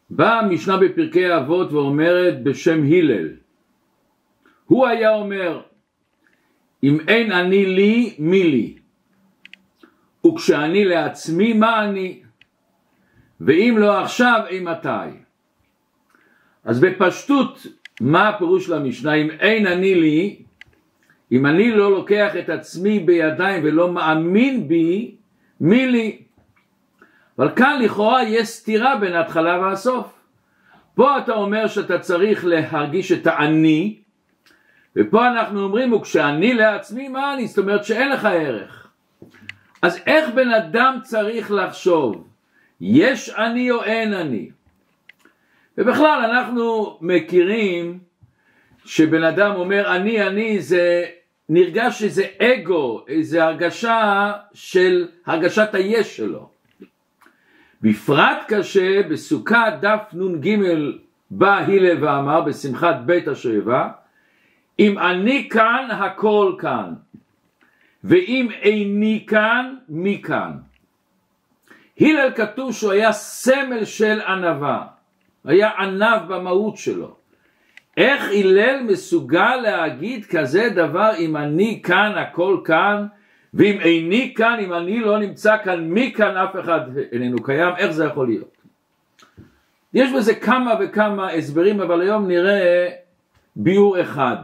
באה המשנה בפרקי אבות ואומרת בשם הלל, הוא היה אומר, אם אין אני לי, מי לי? וכשאני לעצמי, מה אני? ואם לא עכשיו, אימתי? אז בפשטות, מה הפירוש למשנה? אם אין אני לי, אם אני לא לוקח את עצמי בידיים ולא מאמין בי, מי לי? אבל כאן לכאורה יש סתירה בין ההתחלה והסוף. פה אתה אומר שאתה צריך להרגיש את האני, ופה אנחנו אומרים, וכשאני לעצמי, מה אני? זאת אומרת שאין לך ערך. אז איך בן אדם צריך לחשוב? יש אני או אין אני? ובכלל אנחנו מכירים שבן אדם אומר אני, זה נרגש איזה אגו, איזה הרגשה של הרגשת היש שלו. בפרט קשה בסוכת דף נ"ג בא הלל ואמר בשמחת בית השואבה, אם אני כאן הכל כאן, ואם איני כאן מי כאן. הלל כתוב שהוא היה סמל של ענווה, היה ענב במהות שלו. איך הלל מסוגל להגיד כזה דבר, אם אני כאן הכל כאן, ואם איני כאן, אם אני לא נמצא כאן, מי כאן? אף אחד איננו קיים. איך זה יכול להיות? יש בזה כמה וכמה הסברים, אבל היום נראה ביאור אחד.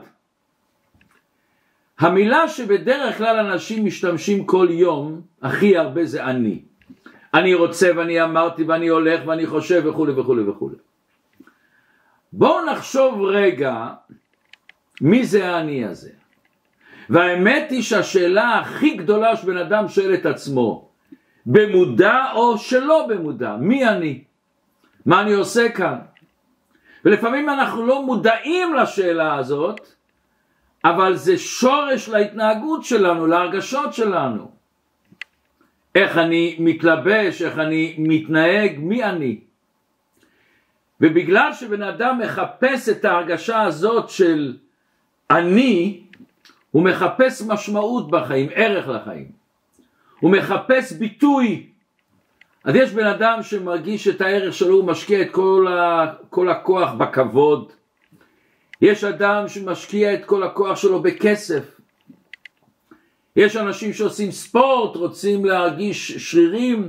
המילה שבדרך כלל אנשים משתמשים כל יום הכי הרבה זה אני. אני רוצה ואני אמרתי ואני הולך ואני חושב וכו' וכו' וכו'. בואו נחשוב רגע מי זה האני הזה. והאמת היא שהשאלה הכי גדולה שבן אדם שואל את עצמו, במודע או שלא במודע, מי אני? מה אני עושה כאן? ולפעמים אנחנו לא מודעים לשאלה הזאת, אבל זה שורש להתנהגות שלנו, להרגשות שלנו. איך אני מתלבש, איך אני מתנהג, מי אני? ובגלל שבן אדם מחפש את ההרגשה הזאת של אני, הוא מחפש משמעות בחיים, ערך לחיים. הוא מחפש ביטוי. אז יש בן אדם שמרגיש את הערך שלו, הוא משקיע את כל הכוח בכבוד. יש אדם שמשקיע את כל הכוח שלו בכסף. יש אנשים שעושים ספורט, רוצים להרגיש שרירים.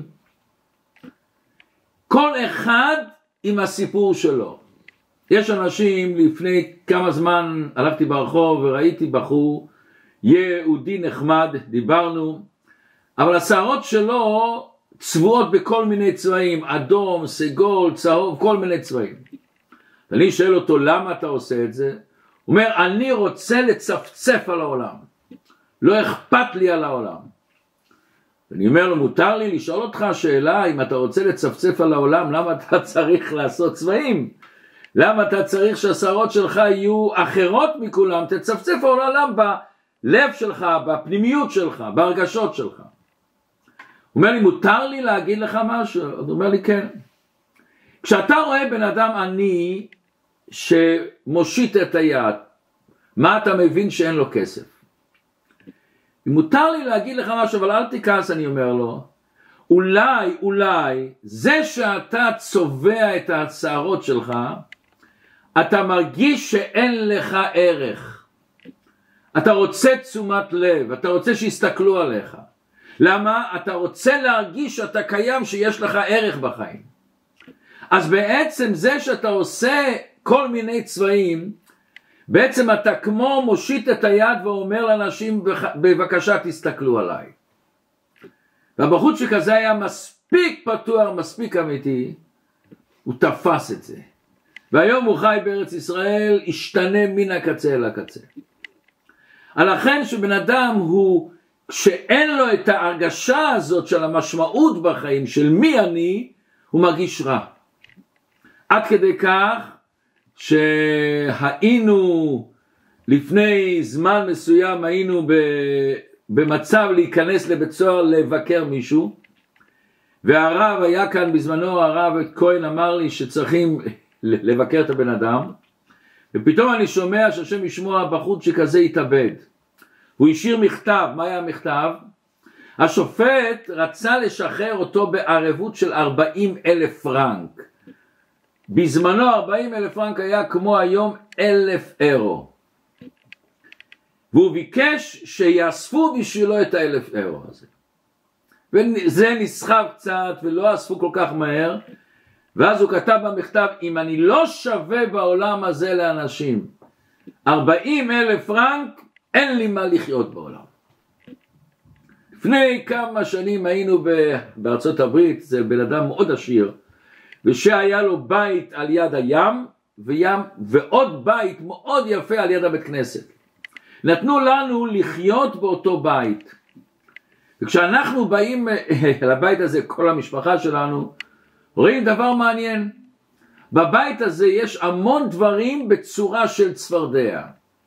כל אחד עם הסיפור שלו. יש אנשים, לפני כמה זמן הלכתי ברחוב וראיתי בחור יהודי נחמד, דיברנו, אבל השערות שלו צבועות בכל מיני צבעים, אדום, סגול, צהוב, כל מיני צבעים. ואני שואל אותו, למה אתה עושה את זה? הוא אומר, אני רוצה לצפצף על העולם, לא אכפת לי על העולם. אני אומר לו, מותר לי לשאול אותך שאלה, אם אתה רוצה לצפצף על העולם, למה אתה צריך לעשות צבעים? למה אתה צריך שהשערות שלך יהיו אחרות מכולם? תצפצף על העולם בלב שלך, בפנימיות שלך, בהרגשות שלך. הוא אומר לי, מותר לי להגיד לך משהו? הוא אומר לי, כן. כשאתה רואה בן אדם עני שמושיט את היד, מה אתה מבין? שאין לו כסף. מותר לי להגיד לך משהו, אבל אל תכעס, אני אומר לו, אולי זה שאתה צובע את השערות שלך, אתה מרגיש שאין לך ערך. אתה רוצה תשומת לב, אתה רוצה שיסתכלו עליך. למה? אתה רוצה להרגיש שאתה קיים, שיש לך ערך בחיים. אז בעצם זה שאתה עושה כל מיני צבעים, בעצם אתה כמו מושיט את היד ואומר לאנשים, בבקשה תסתכלו עליי. והבחור שכזה היה מספיק פתוח, מספיק אמיתי, הוא תפס את זה. והיום הוא חי בארץ ישראל, השתנה מן הקצה אל הקצה. לכן שבן אדם הוא, כשאין לו את ההרגשה הזאת של המשמעות בחיים, של מי אני, הוא מרגיש רע. עד כדי כך, שהיינו לפני זמן מסוים, היינו במצב להיכנס לבית סוהר לבקר מישהו, והרב היה כאן בזמנו, הרב כהן אמר לי שצריכים לבקר את הבן אדם, ופתאום אני שומע שהשם ישמוע הבחור שכזה התאבד. הוא השאיר מכתב. מה היה המכתב? השופט רצה לשחרר אותו בערבות של 40,000 פרנק. בזמנו 40,000 פרנק היה כמו היום 1,000 אירו. והוא ביקש שיאספו בשבילו את 1,000 אירו הזה. וזה נסחב קצת ולא אספו כל כך מהר. ואז הוא כתב במכתב, אם אני לא שווה בעולם הזה לאנשים 40,000 פרנק, אין לי מה לחיות בעולם. לפני כמה שנים היינו בארצות הברית, זה בן אדם מאוד עשיר, ושהיה לו בית על יד הים, ועוד בית מאוד יפה על יד הבית כנסת. נתנו לנו לחיות באותו בית. וכשאנחנו באים לבית הזה, כל המשפחה שלנו, רואים דבר מעניין. בבית הזה יש המון דברים בצורה של צפרדע.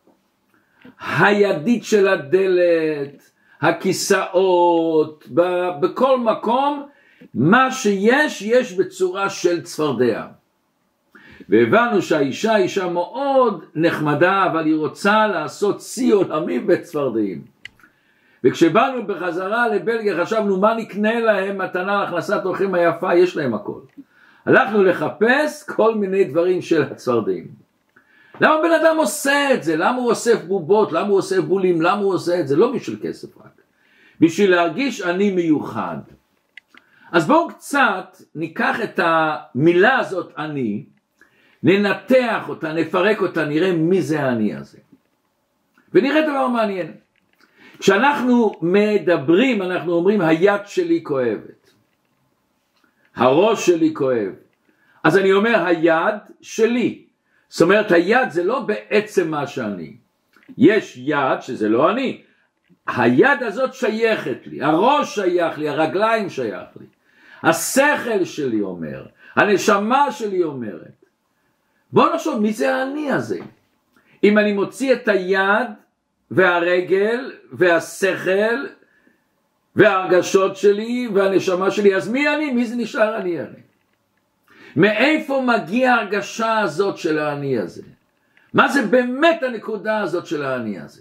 הידית של הדלת, הכיסאות, בכל מקום, מה שיש, יש בצורה של צפרדע. והבנו שהאישה אישה מאוד נחמדה, אבל היא רוצה לעשות שיא עולמי בצפרדעים. וכשבאנו בחזרה לבלגיה חשבנו מה נקנה להם מתנה להכנסת אורחים היפה, יש להם הכל. הלכנו לחפש כל מיני דברים של הצפרדעים. למה בן אדם עושה את זה? למה הוא אוסף בובות? למה הוא אוסף בולים? למה הוא עושה את זה? לא בשביל כסף רק. בשביל להרגיש אני מיוחד. אז בואו קצת ניקח את המילה הזאת אני, ננתח אותה, נפרק אותה, נראה מי זה האני הזה. ונראה דבר מעניין. כשאנחנו מדברים, אנחנו אומרים היד שלי כואבת. הראש שלי כואב. אז אני אומר היד שלי. זאת אומרת היד זה לא בעצם מה שאני. יש יד שזה לא אני. היד הזאת שייכת לי. הראש שייך לי, הרגליים שייך לי. השכל שלי אומר. הנשמה שלי אומרת. בואו נחשוב מי זה האני הזה. אם אני מוציא את היד והרגל והשכל וההרגשות שלי והנשמה שלי, אז מי אני? מי זה נשאר אני? מאיפה מגיע ההרגשה הזאת של האני הזה? מה זה באמת הנקודה הזאת של האני הזה?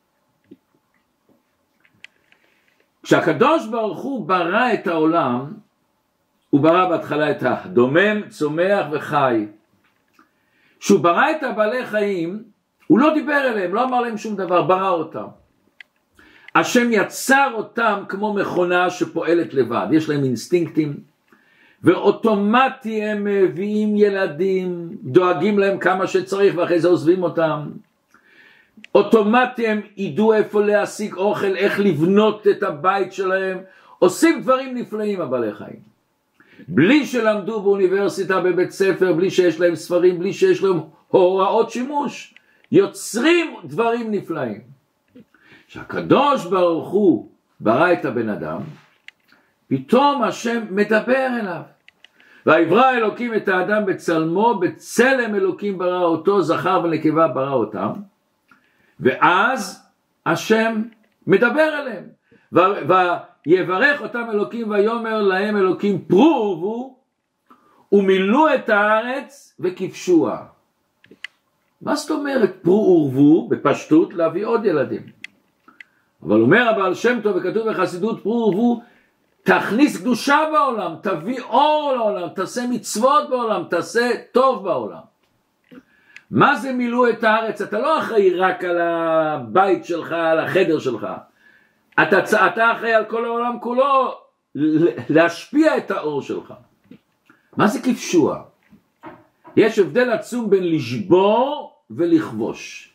כשהקדוש ברוך הוא ברא את העולם, הוא ברא בהתחלה את הדומם, צומח וחי. כשהוא ברא את הבעלי חיים, הוא לא דיבר אליהם, לא אמר להם שום דבר, ברא אותם. השם יצר אותם כמו מכונה שפועלת לבד, יש להם אינסטינקטים, ואוטומטי הם מביאים ילדים, דואגים להם כמה שצריך ואחרי זה עוזבים אותם. אוטומטי הם ידעו איפה להשיג אוכל, איך לבנות את הבית שלהם, עושים דברים נפלאים הבעלי חיים. בלי שלמדו באוניברסיטה, בבית ספר, בלי שיש להם ספרים, בלי שיש להם הוראות שימוש, יוצרים דברים נפלאים. שהקדוש ברוך הוא ברא את הבן אדם, פתאום השם מדבר אליו. ויברא אלוקים את האדם בצלמו, בצלם אלוקים ברא אותו, זכר ונקבה ברא אותם. ואז השם מדבר אליהם. ויברך אותם אלוקים ויאמר להם אלוקים פרו ורבו ומילאו את הארץ וכבשוה. מה זאת אומרת פרו ורבו? בפשטות להביא עוד ילדים. אבל אומר הבעל שם טוב וכתוב בחסידות פרו ורבו, תכניס קדושה בעולם, תביא אור לעולם, תעשה מצוות בעולם, תעשה טוב בעולם. מה זה מילאו את הארץ? אתה לא אחראי רק על הבית שלך, על החדר שלך. אתה אחראי על כל העולם כולו, להשפיע את האור שלך. מה זה כבשוה? יש הבדל עצום בין לשבור ולכבוש.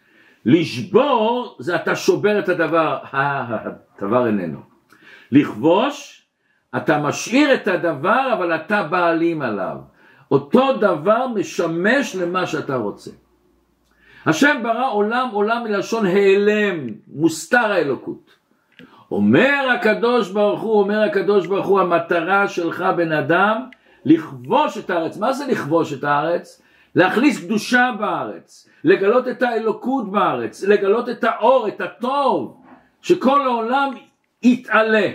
לשבור זה אתה שובר את הדבר, הדבר איננו. לכבוש, אתה משאיר את הדבר אבל אתה בעלים עליו. אותו דבר משמש למה שאתה רוצה. השם ברא עולם, עולם מלשון העלם, מוסתר האלוקות. אומר הקדוש ברוך הוא, המטרה שלך בן אדם, לכבוש את הארץ. מה זה לכבוש את הארץ? להכניס קדושה בארץ, לגלות את האלוקות בארץ, לגלות את האור, את הטוב, שכל העולם יתעלה.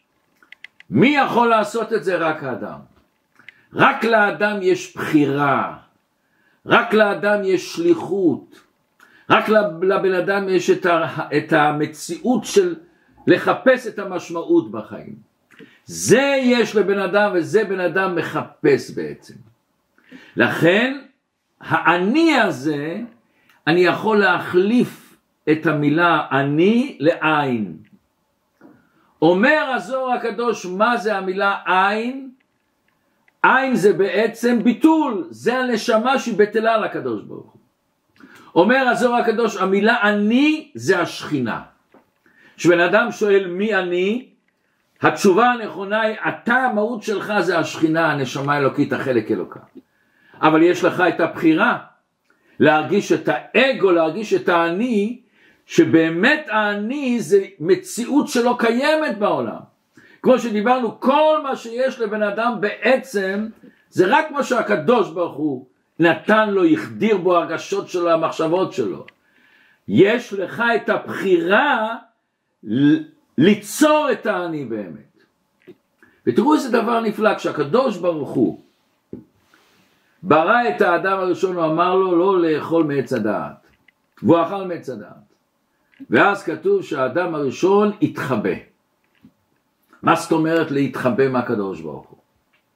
מי יכול לעשות את זה? רק האדם. רק לאדם יש בחירה, רק לאדם יש שליחות, רק לבן אדם יש את המציאות של לחפש את המשמעות בחיים. זה יש לבן אדם וזה בן אדם מחפש בעצם. לכן האני הזה, אני יכול להחליף את המילה אני לעין. אומר הזוהר הקדוש, מה זה המילה עין? עין זה בעצם ביטול, זה הנשמה שהיא בטלה לקדוש ברוך הוא. אומר הזוהר הקדוש, המילה אני זה השכינה. כשבן אדם שואל מי אני, התשובה הנכונה היא, אתה המהות שלך זה השכינה, הנשמה האלוקית, החלק אלוקה. אבל יש לך את הבחירה, להרגיש את האגו, להרגיש את האני, שבאמת האני זה מציאות שלא קיימת בעולם. כמו שדיברנו, כל מה שיש לבן אדם בעצם, זה רק מה שהקדוש ברוך הוא נתן לו, יחדיר בו הרגשות שלו, המחשבות שלו. יש לך את הבחירה ליצור את האני באמת. ותראו איזה דבר נפלא, כשהקדוש ברוך הוא ברא את האדם הראשון, הוא אמר לו לא לאכול מעץ הדעת, והוא אכל מעץ הדעת. ואז כתוב שהאדם הראשון התחבא. מה זאת אומרת להתחבא מהקדוש ברוך הוא?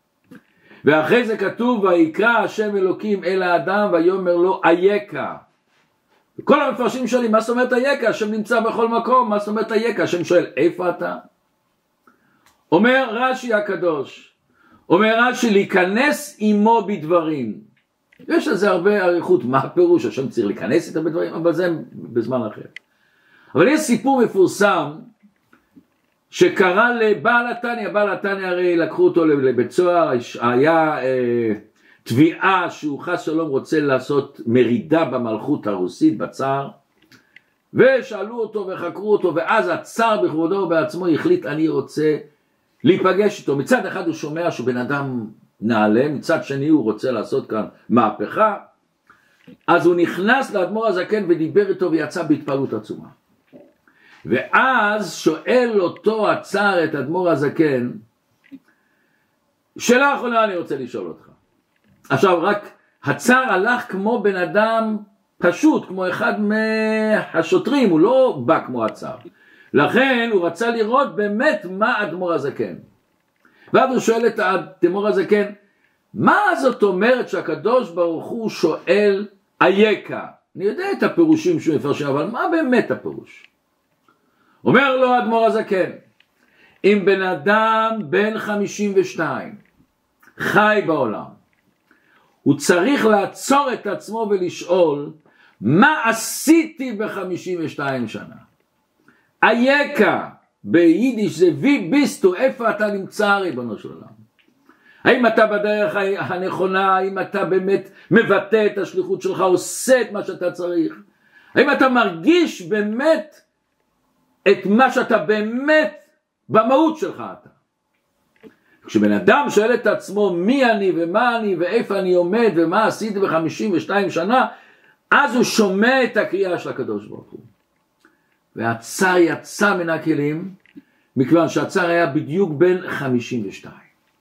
ואחרי זה כתוב, ויקרא השם אלוקים אל האדם ויאמר לו אייכה. כל המפרשים שואלים, מה זאת אומרת אייכה? השם נמצא בכל מקום, מה זאת אומרת אייכה? השם שואל, איפה אתה? אומר רש"י הקדוש, אומר רש"י, להיכנס עמו בדברים. יש על זה הרבה אריכות, מה הפירוש? השם צריך להיכנס איתה בדברים, אבל זה בזמן אחר. אבל יש סיפור מפורסם, שקרא לבעל התניא, בעל התניא הרי לקחו אותו לבית סוהר, היה תביעה שהוא חס שלום רוצה לעשות מרידה במלכות הרוסית, בצאר, ושאלו אותו וחקרו אותו, ואז הצאר בכבודו ובעצמו החליט, אני רוצה להיפגש איתו. מצד אחד הוא שומע שהוא בן אדם נעלה, מצד שני הוא רוצה לעשות כאן מהפכה, אז הוא נכנס לאדמו"ר הזקן ודיבר איתו ויצא בהתפעלות עצומה. ואז שואל אותו הצאר את אדמו"ר הזקן, שאלה אחרונה אני רוצה לשאול אותך. עכשיו רק הצאר הלך כמו בן אדם פשוט, כמו אחד מהשוטרים, הוא לא בא כמו הצאר. לכן הוא רצה לראות באמת מה אדמו"ר הזקן. ואז הוא שואל את אדמו"ר הזקן, מה זאת אומרת שהקדוש ברוך הוא שואל אייכה? אני יודע את הפירושים שהוא מפרש, אבל מה באמת הפירוש? אומר לו אדמו"ר הזקן, אם בן אדם בן 52 חי בעולם, הוא צריך לעצור את עצמו ולשאול, מה עשיתי ב-52 שנה? אייכה, ביידיש זה וי ביסטו, איפה אתה נמצא ריבונו של עולם? האם אתה בדרך הנכונה, האם אתה באמת מבטא את השליחות שלך, עושה את מה שאתה צריך? האם אתה מרגיש באמת את מה שאתה באמת במהות שלך אתה? כשבן אדם שואל את עצמו מי אני ומה אני ואיפה אני עומד ומה עשיתי ב-52 שנה, אז הוא שומע את הקריאה של הקדוש ברוך הוא. והצאר יצא מן הכלים, מכיוון שהצאר היה בדיוק בן 52.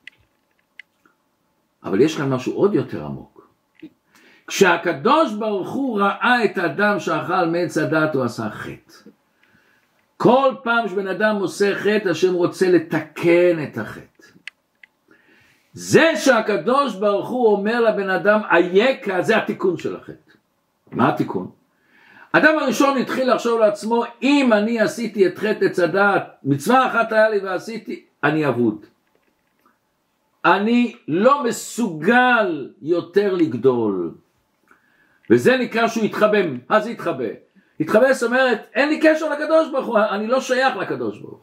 אבל יש כאן משהו עוד יותר עמוק. כשהקדוש ברוך הוא ראה את האדם שאכל מעץ הדעת, הוא עשה חטא. כל פעם שבן אדם עושה חטא, השם רוצה לתקן את החטא. זה שהקדוש ברוך הוא אומר לבן אדם אייכה, זה התיקון של החטא. מה התיקון? אדם הראשון התחיל לחשוב לעצמו, אם אני עשיתי את חטא עץ הדעת, מצווה אחת היה לי ועשיתי, אני אבוד. אני לא מסוגל יותר לגדול. וזה נקרא שהוא התחבא. מה זה התחבא? התחבא זאת אומרת, אין לי קשר לקדוש ברוך הוא, אני לא שייך לקדוש ברוך הוא.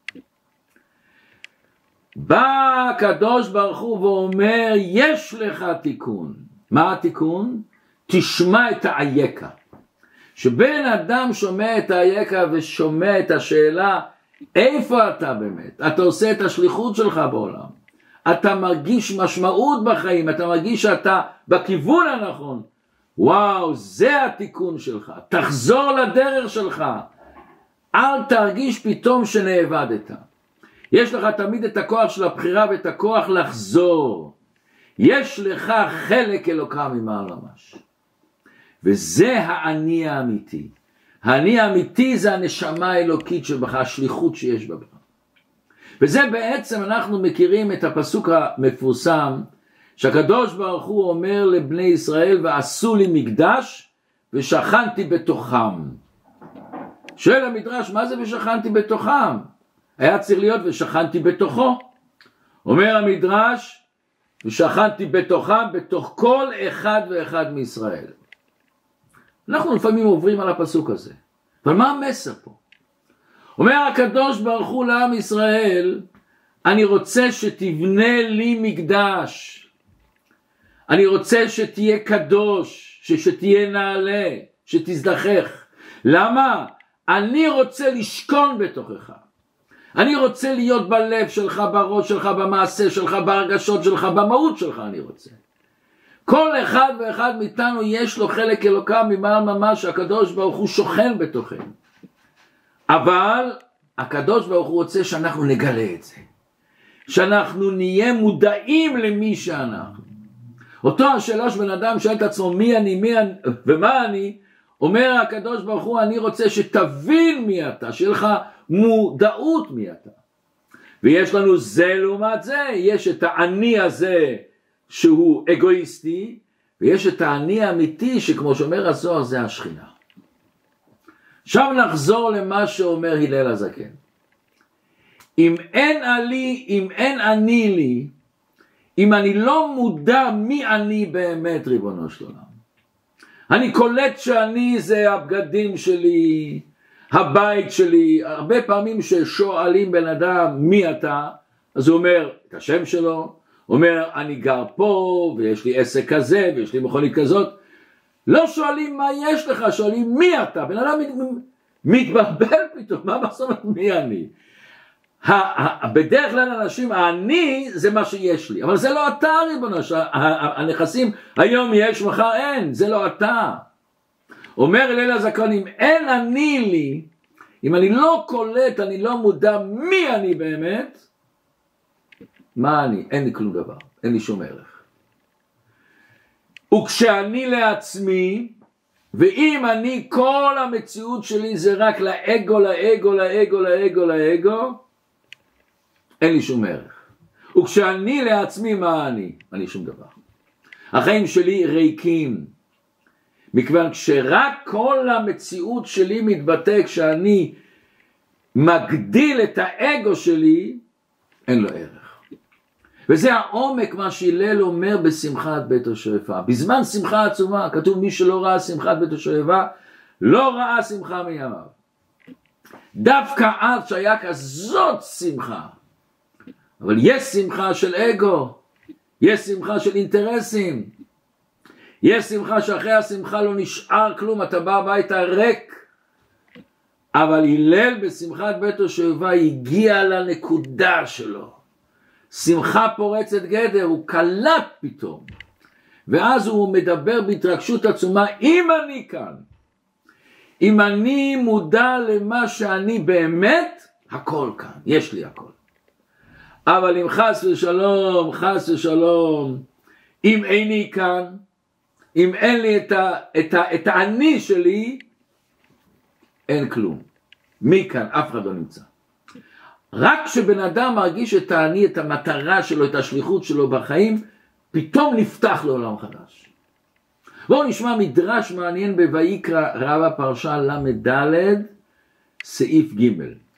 בא הקדוש ברוך הוא ואומר, יש לך תיקון. מה התיקון? תשמע את האייכה. שבן אדם שומע את האייכה ושומע את השאלה, איפה אתה באמת? אתה עושה את השליחות שלך בעולם. אתה מרגיש משמעות בחיים, אתה מרגיש שאתה בכיוון הנכון. וואו, זה התיקון שלך. תחזור לדרך שלך. אל תרגיש פתאום שנאבדת. יש לך תמיד את הכוח של הבחירה ואת הכוח לחזור. יש לך חלק אלוקה ממעל ממש. וזה האני האמיתי. האני האמיתי זה הנשמה האלוקית שבך, השליחות שיש בה. וזה בעצם אנחנו מכירים את הפסוק המפורסם, שהקדוש ברוך הוא אומר לבני ישראל, ועשו לי מקדש ושכנתי בתוכם. שואל המדרש, מה זה ושכנתי בתוכם? היה צריך להיות ושכנתי בתוכו. אומר המדרש, ושכנתי בתוכם, בתוך כל אחד ואחד מישראל. אנחנו לפעמים עוברים על הפסוק הזה, אבל מה המסר פה? אומר הקדוש ברוך הוא לעם ישראל, אני רוצה שתבנה לי מקדש, אני רוצה שתהיה קדוש, שתהיה נעלה, שתזדחך. למה? אני רוצה לשכון בתוכך. אני רוצה להיות בלב שלך, בראש שלך, במעשה שלך, בהרגשות שלך, במהות שלך אני רוצה. כל אחד ואחד מאיתנו יש לו חלק אלוקה ממעל ממש, הקדוש ברוך הוא שוכן בתוכנו. אבל הקדוש ברוך הוא רוצה שאנחנו נגלה את זה. שאנחנו נהיה מודעים למי שאנחנו. אותו השאלה שבן אדם שואל את עצמו מי אני ומה אני, אומר הקדוש ברוך הוא, אני רוצה שתבין מי אתה, שיהיה לך מודעות מי אתה. ויש לנו זה לעומת זה, יש את האני הזה שהוא אגואיסטי, ויש את האני האמיתי שכמו שאומר הזוהר זה השכינה. עכשיו נחזור למה שאומר הלל הזקן. אם אין אני לי, אם אני לא מודע מי אני באמת, ריבונו של עולם, אני קולט שאני זה הבגדים שלי, הבית שלי. הרבה פעמים ששואלים בן אדם מי אתה, אז הוא אומר את השם שלו, אומר אני גר פה ויש לי עסק כזה ויש לי מכונית כזאת. לא שואלים מה יש לך, שואלים מי אתה. בן אדם מתבלבל פתאום, מה זאת מי אני? בדרך כלל אנשים, אני זה מה שיש לי, אבל זה לא אתה ריבונו, הנכסים היום יש מחר אין, זה לא אתה. אומר הלל הזקן, אם אין אני לי, אם אני לא קולט, אני לא מודע מי אני באמת, מה אני? אין לי כלום דבר, אין לי שום ערך. וכשאני לעצמי, ואם אני כל המציאות שלי זה רק לאגו, לאגו, לאגו, לאגו, לאגו, אין לי שום ערך. וכשאני לעצמי מה אני? אני שום דבר. החיים שלי ריקים. מכיוון שרק כל המציאות שלי מתבטא כשאני מגדיל את האגו שלי, אין לו ערך. וזה העומק מה שהלל אומר בשמחת בית השואבה. בזמן שמחה עצומה, כתוב מי שלא ראה שמחת בית השואבה, לא ראה שמחה מימיו. דווקא אז שהיה כזאת שמחה, אבל יש שמחה של אגו, יש שמחה של אינטרסים, יש שמחה שאחרי השמחה לא נשאר כלום, אתה בא הביתה ריק. אבל הלל בשמחת בית השואבה הגיע לנקודה שלו. שמחה פורצת גדר, הוא קלט פתאום. ואז הוא מדבר בהתרגשות עצומה, אם אני כאן, אם אני מודע למה שאני באמת, הכל כאן, יש לי הכל. אבל אם חס ושלום, אם איני כאן, אם אין לי את האני שלי, אין כלום. מי כאן? אף אחד לא נמצא. רק כשבן אדם מרגיש את האני, את המטרה שלו, את השליחות שלו בחיים, פתאום נפתח לעולם חדש. בואו נשמע מדרש מעניין בויקרא רבה פרשה למד סעיף ג'.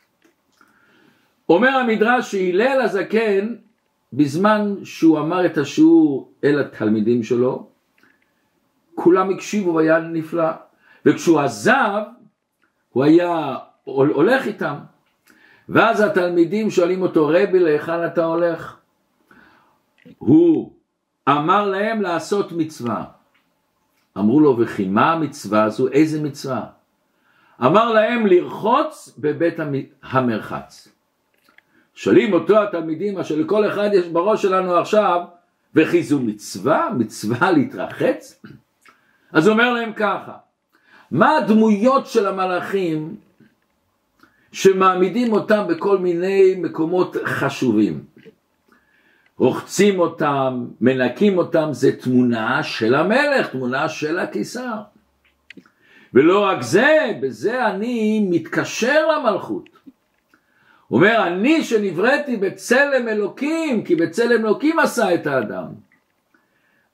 אומר המדרש שהלל הזקן, בזמן שהוא אמר את השיעור אל התלמידים שלו, כולם הקשיבו והיה נפלא. וכשהוא עזב, הוא היה הולך איתם. ואז התלמידים שואלים אותו, רבי, להיכן אתה הולך? הוא אמר להם לעשות מצווה. אמרו לו, וכי מה המצווה הזו? איזה מצווה? אמר להם לרחוץ בבית המרחץ. שואלים אותו התלמידים, אשר לכל אחד יש בראש שלנו עכשיו, וכי זו מצווה? מצווה להתרחץ? אז הוא אומר להם ככה, מה הדמויות של המלאכים שמעמידים אותם בכל מיני מקומות חשובים? רוחצים אותם, מנקים אותם, זה תמונה של המלך, תמונה של הקיסר. ולא רק זה, בזה אני מתקשר למלכות. הוא אומר, אני שנבראתי בצלם אלוקים, כי בצלם אלוקים עשה את האדם.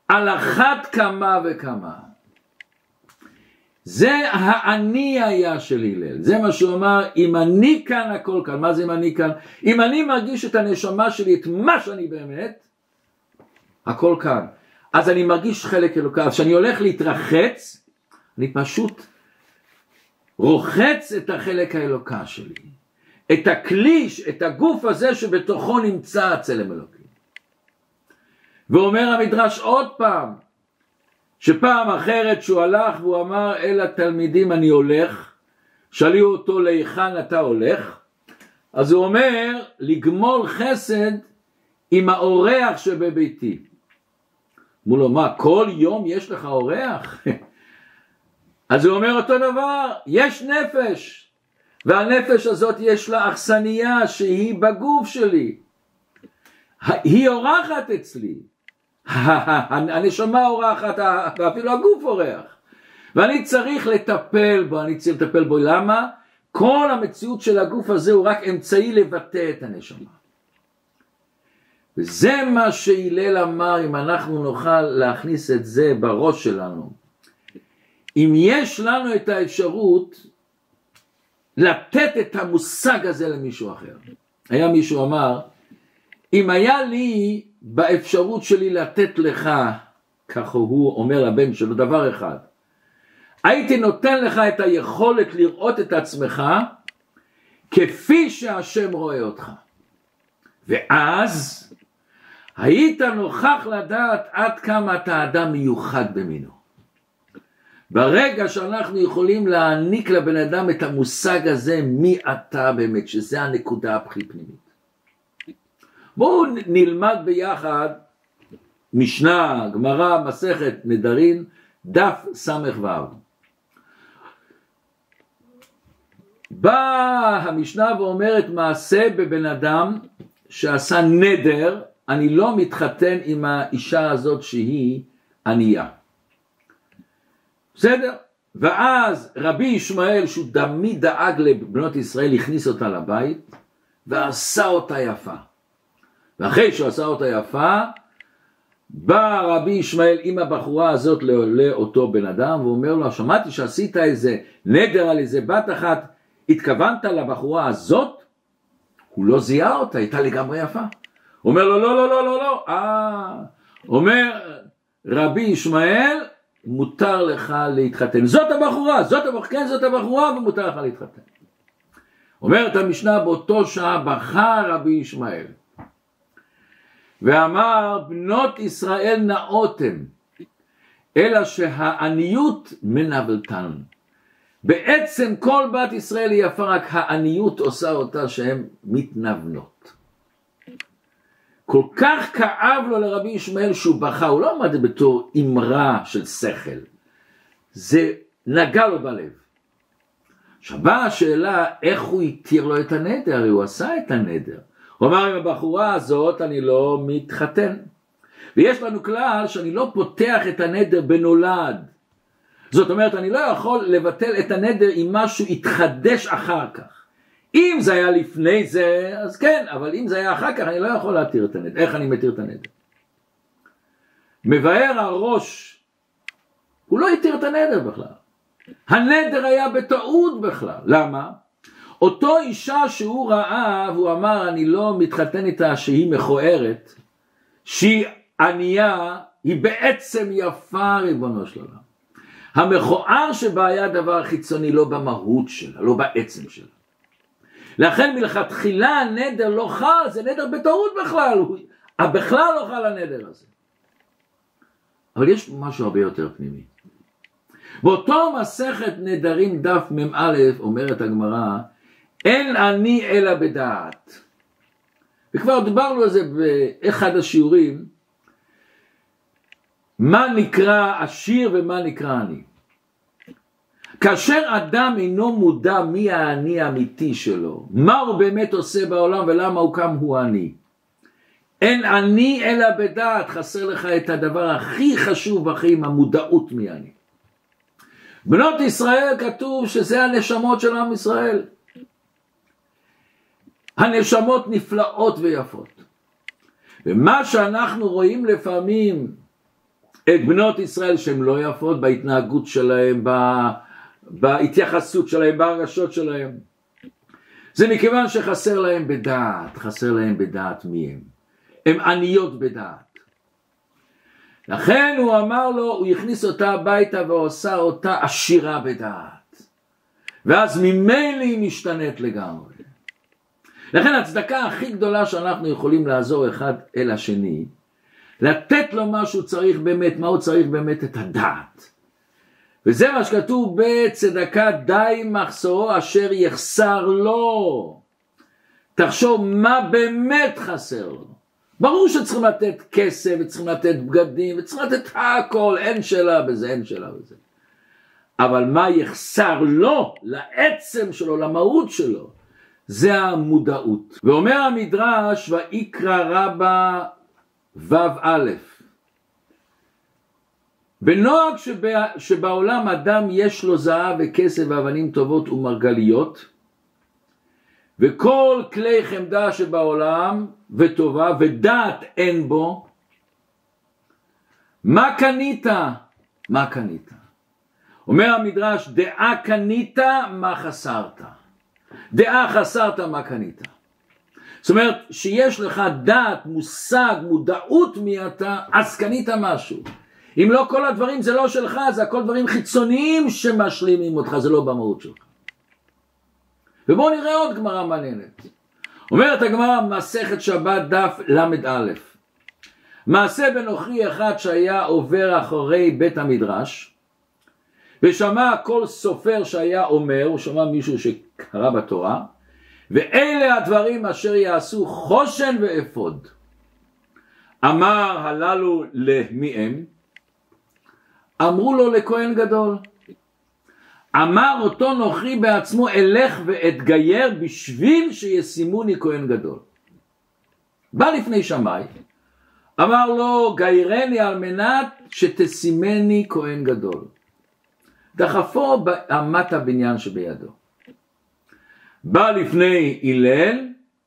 על אחת כמה וכמה. זה האני היה של הלל, זה מה שהוא אמר, אם אני כאן הכל כאן. מה זה אם אני כאן? אם אני מרגיש את הנשמה שלי, את מה שאני באמת, הכל כאן. אז אני מרגיש חלק אלוקה, כשאני הולך להתרחץ, אני פשוט רוחץ את החלק האלוקה שלי, את הכלי, את הגוף הזה שבתוכו נמצא הצלם אלוקים. ואומר המדרש עוד פעם, שפעם אחרת שהוא הלך והוא אמר אל התלמידים אני הולך, שאלו אותו להיכן אתה הולך, אז הוא אומר לגמול חסד עם האורח שבביתי. אמרו לו מה, כל יום יש לך אורח? אז הוא אומר אותו דבר, יש נפש, והנפש הזאת יש לה אכסניה שהיא בגוף שלי, היא אורחת אצלי, הנשמה אורחת ואפילו הגוף אורח, ואני צריך לטפל בו, למה? כל המציאות של הגוף הזה הוא רק אמצעי לבטא את הנשמה. וזה מה שהלל אמר, אם אנחנו נוכל להכניס את זה בראש שלנו, אם יש לנו את האפשרות לתת את המושג הזה למישהו אחר. היה מישהו אמר, אם היה לי באפשרות שלי לתת לך, ככה הוא אומר לבן שלו, דבר אחד, הייתי נותן לך את היכולת לראות את עצמך כפי שהשם רואה אותך. ואז היית נוכח לדעת עד כמה אתה אדם מיוחד במינו. ברגע שאנחנו יכולים להעניק לבן אדם את המושג הזה, מי אתה באמת, שזה הנקודה הכי פנימית. בואו נלמד ביחד משנה, גמרא, מסכת נדרין, דף ס"ו. באה המשנה ואומרת מעשה בבן אדם שעשה נדר, אני לא מתחתן עם האישה הזאת שהיא ענייה. בסדר? ואז רבי ישמעאל שהוא תמיד דאג לבנות ישראל, הכניס אותה לבית ועשה אותה יפה. ואחרי שהוא עשה אותה יפה, בא רבי ישמעאל עם הבחורה הזאת לאותו בן אדם ואומר לו, שמעתי שעשית איזה נדר על איזה בת אחת, התכוונת לבחורה הזאת? הוא לא זיהה אותה, הייתה לגמרי יפה. אומר לו לא לא לא לא לא, אומר רבי ישמעאל, מותר לך להתחתן. זאת הבחורה, כן זאת הבחורה ומותר לך להתחתן. אומרת המשנה, באותו שעה בכה רבי ישמעאל ואמר, בנות ישראל נאותם, אלא שהעניות מנבלתן. בעצם כל בת ישראל היא יפה, רק העניות עושה אותה שהן מתנוונות. כל כך כאב לו לרבי ישמעאל שהוא בכה, הוא לא אמר זה בתור אמרה של שכל, זה נגע לו בלב. עכשיו באה השאלה איך הוא התיר לו את הנדר, הרי הוא עשה את הנדר. הוא אמר עם הבחורה הזאת אני לא מתחתן. ויש לנו כלל שאני לא פותח את הנדר בנולד. זאת אומרת אני לא יכול לבטל את הנדר אם משהו יתחדש אחר כך. אם זה היה לפני זה, אז כן, אבל אם זה היה אחר כך, אני לא יכול להתיר את הנדר. איך אני מתיר את הנדר? מבאר הראש, הוא לא התיר את הנדר בכלל. הנדר היה בטעות בכלל. למה? אותו אישה שהוא ראה, והוא אמר, אני לא מתחתן איתה שהיא מכוערת, שהיא ענייה, היא בעצם יפה ריבונו של עולם. המכוער שבה היה דבר חיצוני, לא במהות שלה, לא בעצם שלה. לכן מלכתחילה הנדר לא חל, זה נדר בטעות בכלל, בכלל לא חל הנדר הזה. אבל יש משהו הרבה יותר פנימי. באותו מסכת נדרים דף מ"א אומרת הגמרא, אין אני אלא בדעת. וכבר דיברנו על זה באחד השיעורים, מה נקרא עשיר ומה נקרא עני. כאשר אדם אינו מודע מי העני האמיתי שלו, מה הוא באמת עושה בעולם ולמה הוא קם הוא עני. אין עני אלא בדעת, חסר לך את הדבר הכי חשוב בחיים, המודעות מי עני. בנות ישראל כתוב שזה הנשמות של עם ישראל. הנשמות נפלאות ויפות. ומה שאנחנו רואים לפעמים את בנות ישראל שהן לא יפות בהתנהגות שלהם, בהתייחסות שלהם, בהרגשות שלהם. זה מכיוון שחסר להם בדעת, חסר להם בדעת מי הם. הם עניות בדעת. לכן הוא אמר לו, הוא הכניס אותה הביתה ועושה אותה עשירה בדעת. ואז ממילא היא משתנית לגמרי. לכן הצדקה הכי גדולה שאנחנו יכולים לעזור אחד אל השני, לתת לו מה שהוא צריך באמת, מה הוא צריך באמת את הדעת. וזה מה שכתוב בצדקה די מחסורו אשר יחסר לו. תחשוב מה באמת חסר לו. ברור שצריכים לתת כסף וצריכים לתת בגדים וצריכים לתת הכל, אין שאלה בזה, אין שאלה בזה. אבל מה יחסר לו, לעצם שלו, למהות שלו, זה המודעות. ואומר המדרש ויקרא רבה ו' בנוהג שבעולם אדם יש לו זהב וכסף ואבנים טובות ומרגליות וכל כלי חמדה שבעולם וטובה ודעת אין בו, מה קנית? מה קנית? אומר המדרש דעה קנית מה חסרת, דעה חסרת מה קנית. זאת אומרת שיש לך דעת, מושג, מודעות מי אתה, אז קנית משהו. אם לא כל הדברים זה לא שלך, זה הכל דברים חיצוניים שמשלימים אותך, זה לא במהות שלך. ובואו נראה עוד גמרא מעניינת. אומרת הגמרא מסכת שבת דף למד א', מעשה בנוכרי אחד שהיה עובר אחרי בית המדרש, ושמע כל סופר שהיה אומר, הוא שמע מישהו שקרא בתורה, ואלה הדברים אשר יעשו חושן ואפוד. אמר הללו למי הם? אמרו לו לכהן גדול. אמר אותו נוכרי בעצמו אלך ואתגייר בשביל שישימוני כהן גדול. בא לפני שמאי, אמר לו גיירני על מנת שתשימני כהן גדול. דחפו באמת הבניין שבידו. בא לפני הלל,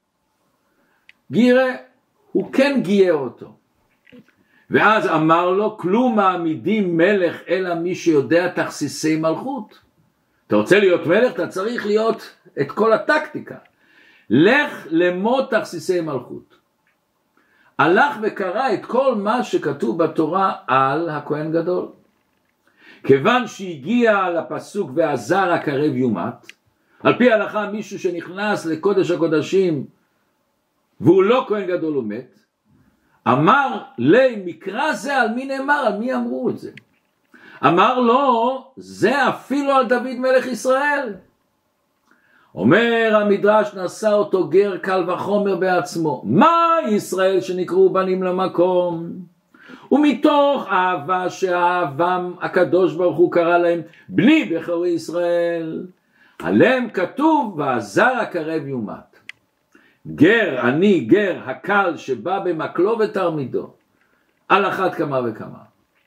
גירה, הוא כן גייר אותו. ואז אמר לו, כלום מעמידים מלך אלא מי שיודע תכסיסי מלכות. אתה רוצה להיות מלך, אתה צריך להיות את כל הטקטיקה. לך למות תכסיסי מלכות. הלך וקרא את כל מה שכתוב בתורה על הכהן גדול. כיוון שהגיע לפסוק והזר הקרב יומת, על פי ההלכה מישהו שנכנס לקודש הקודשים והוא לא כהן גדול הוא מת, אמר לי מקרא זה על מי נאמר, על מי אמרו את זה? אמר לו זה אפילו על דוד מלך ישראל. אומר המדרש נשא אותו גר קל וחומר בעצמו, מה ישראל שנקראו בנים למקום? ומתוך אהבה שאהבם הקדוש ברוך הוא קרא להם בני בכורי ישראל, עליהם כתוב והזר הקרב יומת. גר, אני גר הקל שבא במקלו ותרמידו, על אחת כמה וכמה.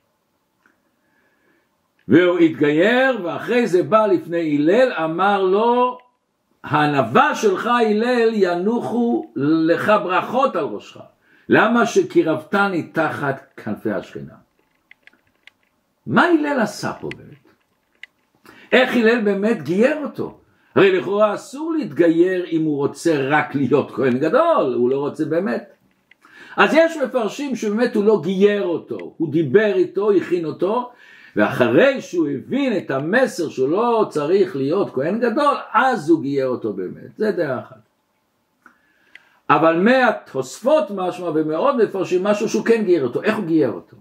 והוא התגייר, ואחרי זה בא לפני הלל, אמר לו, הענווה שלך הלל ינוחו לך ברכות על ראשך. למה שקירבתני תחת כנפי השכינה? מה הלל עשה פה באמת? איך הלל באמת גייר אותו? הרי לכאורה אסור להתגייר אם הוא רוצה רק להיות כהן גדול, הוא לא רוצה באמת. אז יש מפרשים שבאמת הוא לא גייר אותו, הוא דיבר איתו, הכין אותו, ואחרי שהוא הבין את המסר שהוא לא צריך להיות כהן גדול, אז הוא גייר אותו באמת. זה דעה אחת. אבל מהתוספות משמע ומאוד מפרשים משהו שהוא כן גייר אותו. איך הוא גייר אותו?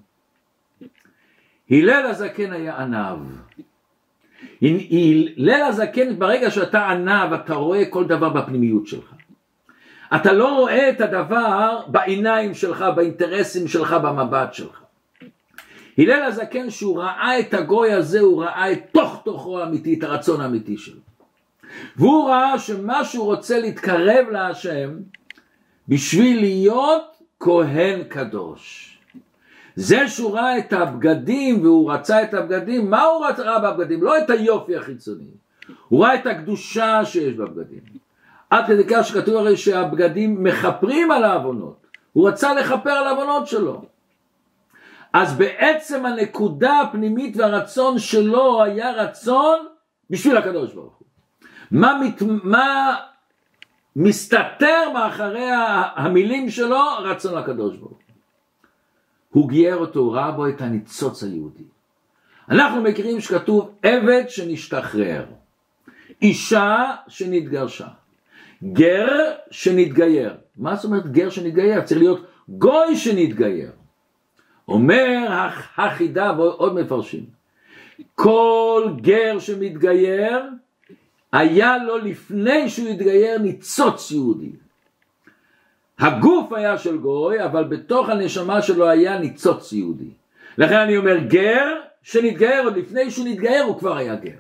הלל הזקן היה ענב. הלל הזקן, ברגע שאתה ענב, אתה רואה כל דבר בפנימיות שלך. אתה לא רואה את הדבר בעיניים שלך, באינטרסים שלך, במבט שלך. הלל הזקן שהוא ראה את הגוי הזה, הוא ראה את תוכו האמיתי, את הרצון האמיתי שלו. והוא ראה שמה שהוא רוצה להתקרב להשם, בשביל להיות כהן קדוש. זה שהוא ראה את הבגדים והוא רצה את הבגדים, מה הוא ראה בבגדים? לא את היופי החיצוני. הוא ראה את הקדושה שיש בבגדים. עד כדי כך שכתוב הרי שהבגדים מחפרים על העוונות. הוא רצה לכפר על העוונות שלו. אז בעצם הנקודה הפנימית והרצון שלו היה רצון בשביל הקדוש ברוך הוא. מה מסתתר מאחורי המילים שלו? רצון לקדוש ברוך הוא. הוא גייר אותו, הוא ראה בו את הניצוץ היהודי. אנחנו מכירים שכתוב עבד שנשתחרר, אישה שנתגרשה, גר שנתגייר. מה זאת אומרת גר שנתגייר? צריך להיות גוי שנתגייר. אומר החידה ועוד מפרשים, כל גר שמתגייר היה לו לפני שהוא התגייר ניצוץ יהודי. הגוף היה של גוי, אבל בתוך הנשמה שלו היה ניצוץ יהודי. לכן אני אומר גר שנתגייר, עוד לפני שהוא נתגייר הוא כבר היה גר.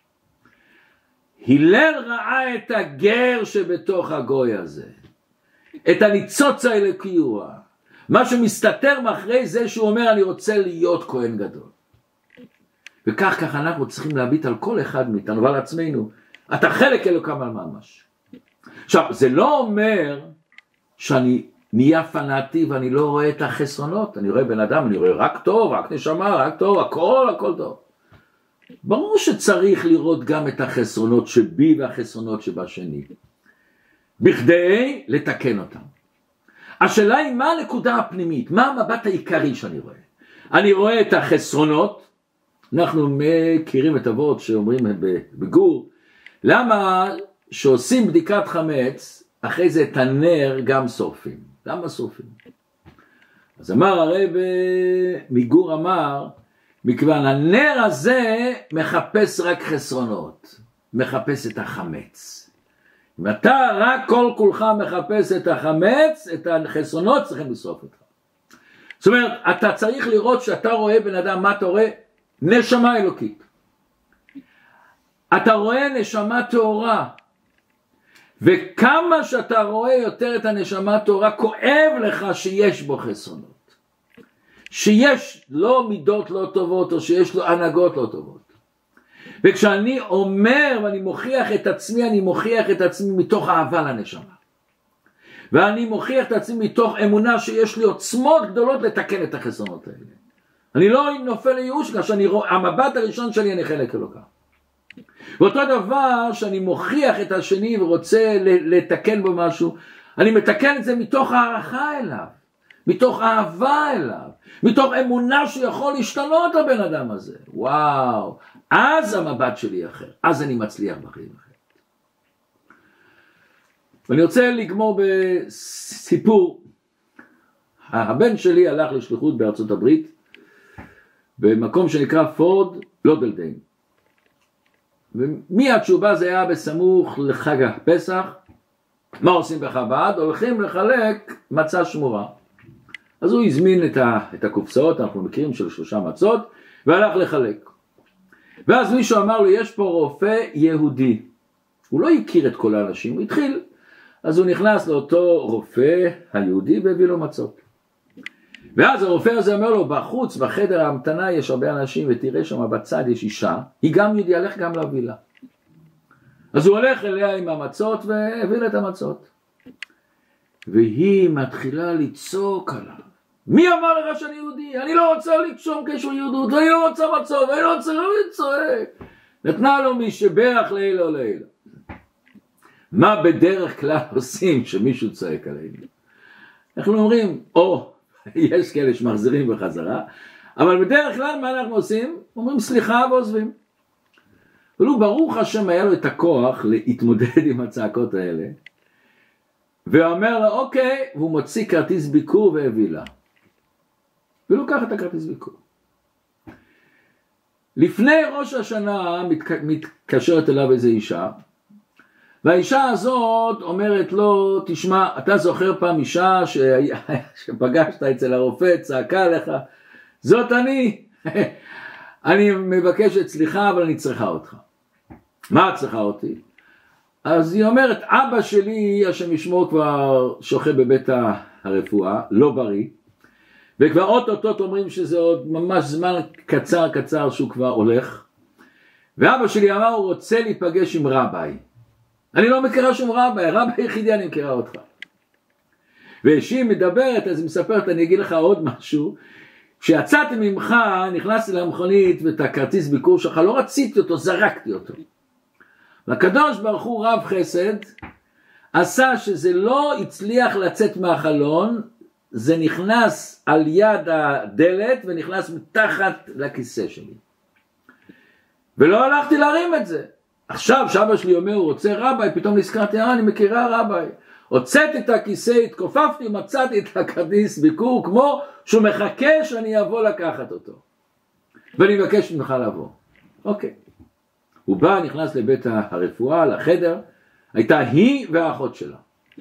הלל ראה את הגר שבתוך הגוי הזה, את הניצוץ האלוקי, מה שמסתתר מאחורי זה שהוא אומר אני רוצה להיות כהן גדול. וכך אנחנו צריכים להביט על כל אחד מאיתנו ועל עצמנו, אתה חלק אלוקם על ממש. עכשיו זה לא אומר שאני נהיה פנאטי ואני לא רואה את החסרונות. אני רואה בן אדם, אני רואה רק טוב, רק נשמה, רק טוב, הכל טוב. ברור שצריך לראות גם את החסרונות שבי והחסרונות שבשני, בכדי לתקן אותם. השאלה היא מה הנקודה הפנימית, מה המבט העיקרי שאני רואה. אני רואה את החסרונות, אנחנו מכירים את אבות שאומרים בגור, למה שעושים בדיקת חמץ, אחרי זה את הנר גם שורפים. למה שורפים? אז אמר הרב מגור אמר, מכיוון הנר הזה מחפש רק חסרונות, מחפש את החמץ. אם אתה רק כל כולך מחפש את החמץ, את החסרונות צריכים לשרוף אותך. זאת אומרת, אתה צריך לראות שאתה רואה בן אדם, מה אתה רואה? נשמה אלוקית. אתה רואה נשמה טהורה. וכמה שאתה רואה יותר את הנשמה טהורה, כואב לך שיש בו חסרונות. שיש לו מידות לא טובות, או שיש לו הנהגות לא טובות. וכשאני אומר ואני מוכיח את עצמי, אני מוכיח את עצמי מתוך אהבה לנשמה. ואני מוכיח את עצמי מתוך אמונה שיש לי עוצמות גדולות לתקן את החסרונות האלה. אני לא נופל לייאוש, המבט הראשון שלי אני חלק אלוקה. ואותו דבר שאני מוכיח את השני ורוצה לתקן בו משהו, אני מתקן את זה מתוך הערכה אליו, מתוך אהבה אליו, מתוך אמונה שיכול להשתנות לבן אדם הזה. וואו, אז המבט שלי אחר, אז אני מצליח בחיים אחר. ואני רוצה לגמור בסיפור. הבן שלי הלך לשליחות בארצות הברית, במקום שנקרא פורד לודלדיין. ומיד שהוא בא זה היה בסמוך לחג הפסח. מה עושים בחב"ד? הולכים לחלק מצה שמורה. אז הוא הזמין את הקופסאות, אנחנו מכירים, של 3 מצות, והלך לחלק. ואז מישהו אמר לו, יש פה רופא יהודי. הוא לא הכיר את כל האנשים, הוא התחיל. אז הוא נכנס לאותו רופא היהודי והביא לו מצות. ואז הרופא הזה אומר לו, בחוץ, בחדר ההמתנה יש הרבה אנשים, ותראה שם בצד יש אישה, היא גם יהודי, הלך גם להביא לה. אז הוא הולך אליה עם המצות, והביא לה את המצות. והיא מתחילה לצעוק עליו. מי אמר לך שאני יהודי? אני לא רוצה לקשום קשור יהודות, ואני לא רוצה מצות, ואני לא רוצה לצעוק. נתנה לו משבח לילה או לילה. מה בדרך כלל עושים שמישהו צועק עלינו? אנחנו אומרים, יש כאלה שמחזירים בחזרה, אבל בדרך כלל מה אנחנו עושים? אומרים סליחה ועוזבים. ולו ברוך השם היה לו את הכוח להתמודד עם הצעקות האלה, ואומר לו אוקיי, והוא מוציא כרטיס ביקור והביא לה. ולוקח את הכרטיס ביקור. לפני ראש השנה מתקשרת אליו איזו אישה, והאישה הזאת אומרת לו, תשמע, אתה זוכר פעם אישה שפגשת אצל הרופא, צעקה לך, זאת אני מבקשת סליחה, אבל אני צריכה אותך. מה את צריכה אותי? אז היא אומרת, אבא שלי, השם ישמור, כבר שוכב בבית הרפואה, לא בריא, וכבר אוטוטוט אומרים שזה עוד ממש זמן קצר שהוא כבר הולך, ואבא שלי אמר, הוא רוצה להיפגש עם רביי. אני לא מכירה שום רבי יחידי אני מכירה אותך. ושהיא מדברת, אז היא מספרת, אני אגיד לך עוד משהו, כשיצאתי ממך, נכנסתי למכונית ואת הכרטיס ביקור שלך, לא רציתי אותו, זרקתי אותו. והקדוש ברוך הוא רב חסד, עשה שזה לא הצליח לצאת מהחלון, זה נכנס על יד הדלת ונכנס מתחת לכיסא שלי. ולא הלכתי להרים את זה. עכשיו שאבא שלי אומר, הוא רוצה רבי, פתאום נזכרתי, אני מכירה רבי. הוצאתי את הכיסא, התכופפתי, מצאתי את הכרטיס ביקור, כמו שהוא מחכה שאני אבוא לקחת אותו. ואני מבקש ממך לבוא. אוקיי. הוא בא, נכנס לבית הרפואה, לחדר, הייתה היא והאחות שלה.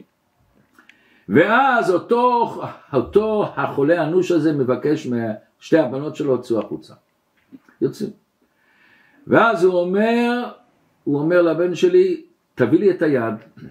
ואז אותו החולה האנוש הזה מבקש משתי הבנות שלו, צאו החוצה. יוצאים. ואז הוא אומר לבן שלי, תביא לי את היד,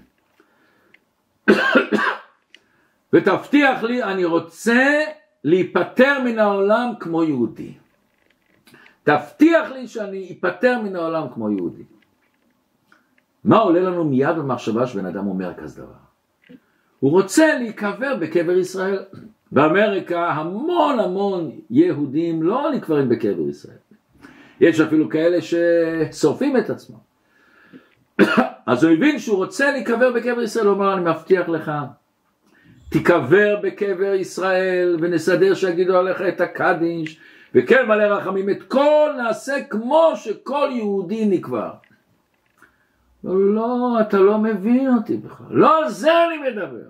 ותבטיח לי, אני רוצה להיפטר מן העולם כמו יהודי. תבטיח לי שאני אפטר מן העולם כמו יהודי. מה עולה לנו מיד במחשבה שבן אדם אומר כזה דבר? הוא רוצה להיקבר בקבר ישראל. באמריקה המון יהודים לא נקברים בקבר ישראל. יש אפילו כאלה ששורפים את עצמם. אז הוא הבין שהוא רוצה להיקבר בקבר ישראל, הוא אומר, אני מבטיח לך, תיקבר בקבר ישראל, ונסדר שיגידו עליך את הקדיש, וכן מלא רחמים, את כל נעשה כמו שכל יהודי נקבר. לא, אתה לא מבין אותי בכלל. לא על זה אני מדבר.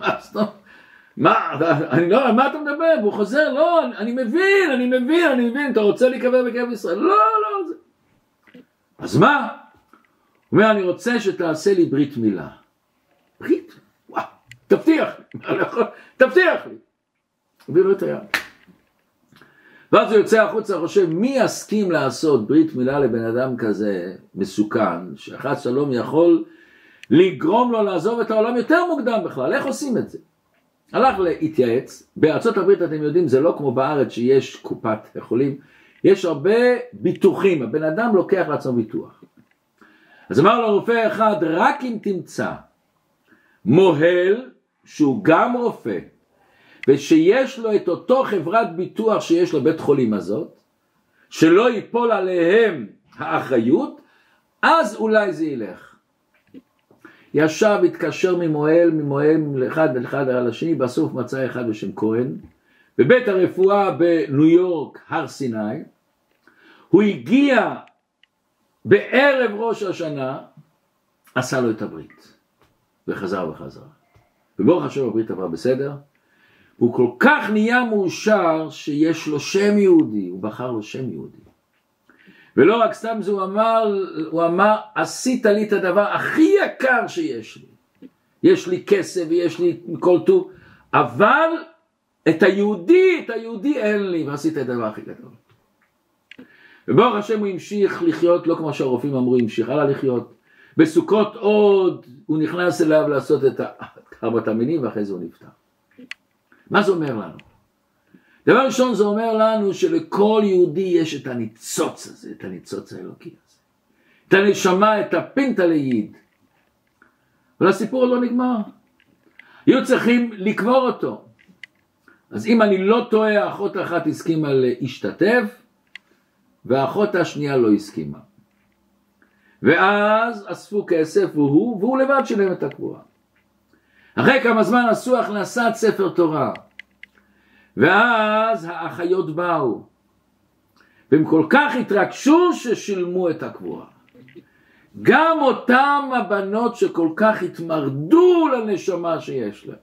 מה אתה מדבר? והוא חוזר, לא, אני מבין, אתה רוצה להיקבר בקבר ישראל? לא, זה. אז מה? הוא אומר, אני רוצה שתעשה לי ברית מילה. ברית? וואו, תבטיח לי. הביא לו את היד. ואז הוא יוצא החוצה, חושב, מי יסכים לעשות ברית מילה לבן אדם כזה מסוכן, שחס שלום יכול לגרום לו לעזוב את העולם יותר מוקדם בכלל? איך עושים את זה? הלך להתייעץ. בארצות הברית אתם יודעים, זה לא כמו בארץ שיש קופת חולים, יש הרבה ביטוחים, הבן אדם לוקח לעצמו ביטוח. אז אמר לו רופא אחד, רק אם תמצא מוהל שהוא גם רופא, ושיש לו את אותו חברת ביטוח שיש לבית חולים הזאת, שלא ייפול עליהם האחריות, אז אולי זה ילך. ישב, התקשר ממוהל לאחד על השני, בסוף מצא אחד בשם כהן, בבית הרפואה בניו יורק, הר סיני. הוא הגיע בערב ראש השנה, עשה לו את הברית, וחזר. וברוך השם הברית עברה בסדר, הוא כל כך נהיה מאושר שיש לו שם יהודי, הוא בחר לו שם יהודי. ולא רק סתם זה, הוא אמר, עשית לי את הדבר הכי יקר שיש לי. יש לי כסף ויש לי כל טוב, אבל את היהודי אין לי, ועשית את הדבר הכי גדול. וברוך השם הוא המשיך לחיות, לא כמו שהרופאים אמרו, המשיך הלאה לחיות. בסוכות עוד הוא נכנס אליו לעשות את 4 המינים, ואחרי זה הוא נפטר. מה זה אומר לנו? דבר ראשון, זה אומר לנו שלכל יהודי יש את הניצוץ הזה, את הניצוץ האלוקי הזה. את הנשמה, את הפינטה ליד. אבל הסיפור לא נגמר. היו צריכים לקבור אותו. אז אם אני לא טועה, האחות אחת הסכימה להשתתף, והאחות השנייה לא הסכימה. ואז אספו כסף והוא לבד שלהם את הקבורה. אחרי כמה זמן עשו הכנסת ספר תורה. ואז האחיות באו. והם כל כך התרגשו ששילמו את הקבורה. גם אותם הבנות שכל כך התמרדו לנשמה שיש להם.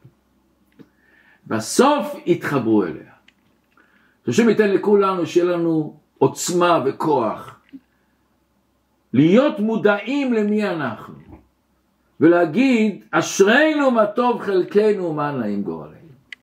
בסוף התחברו אליה. השם ייתן לכולנו שיהיה לנו עוצמה וכוח. להיות מודעים למי אנחנו. ולהגיד, אשרינו מה טוב חלקנו ומה נעים גורלנו.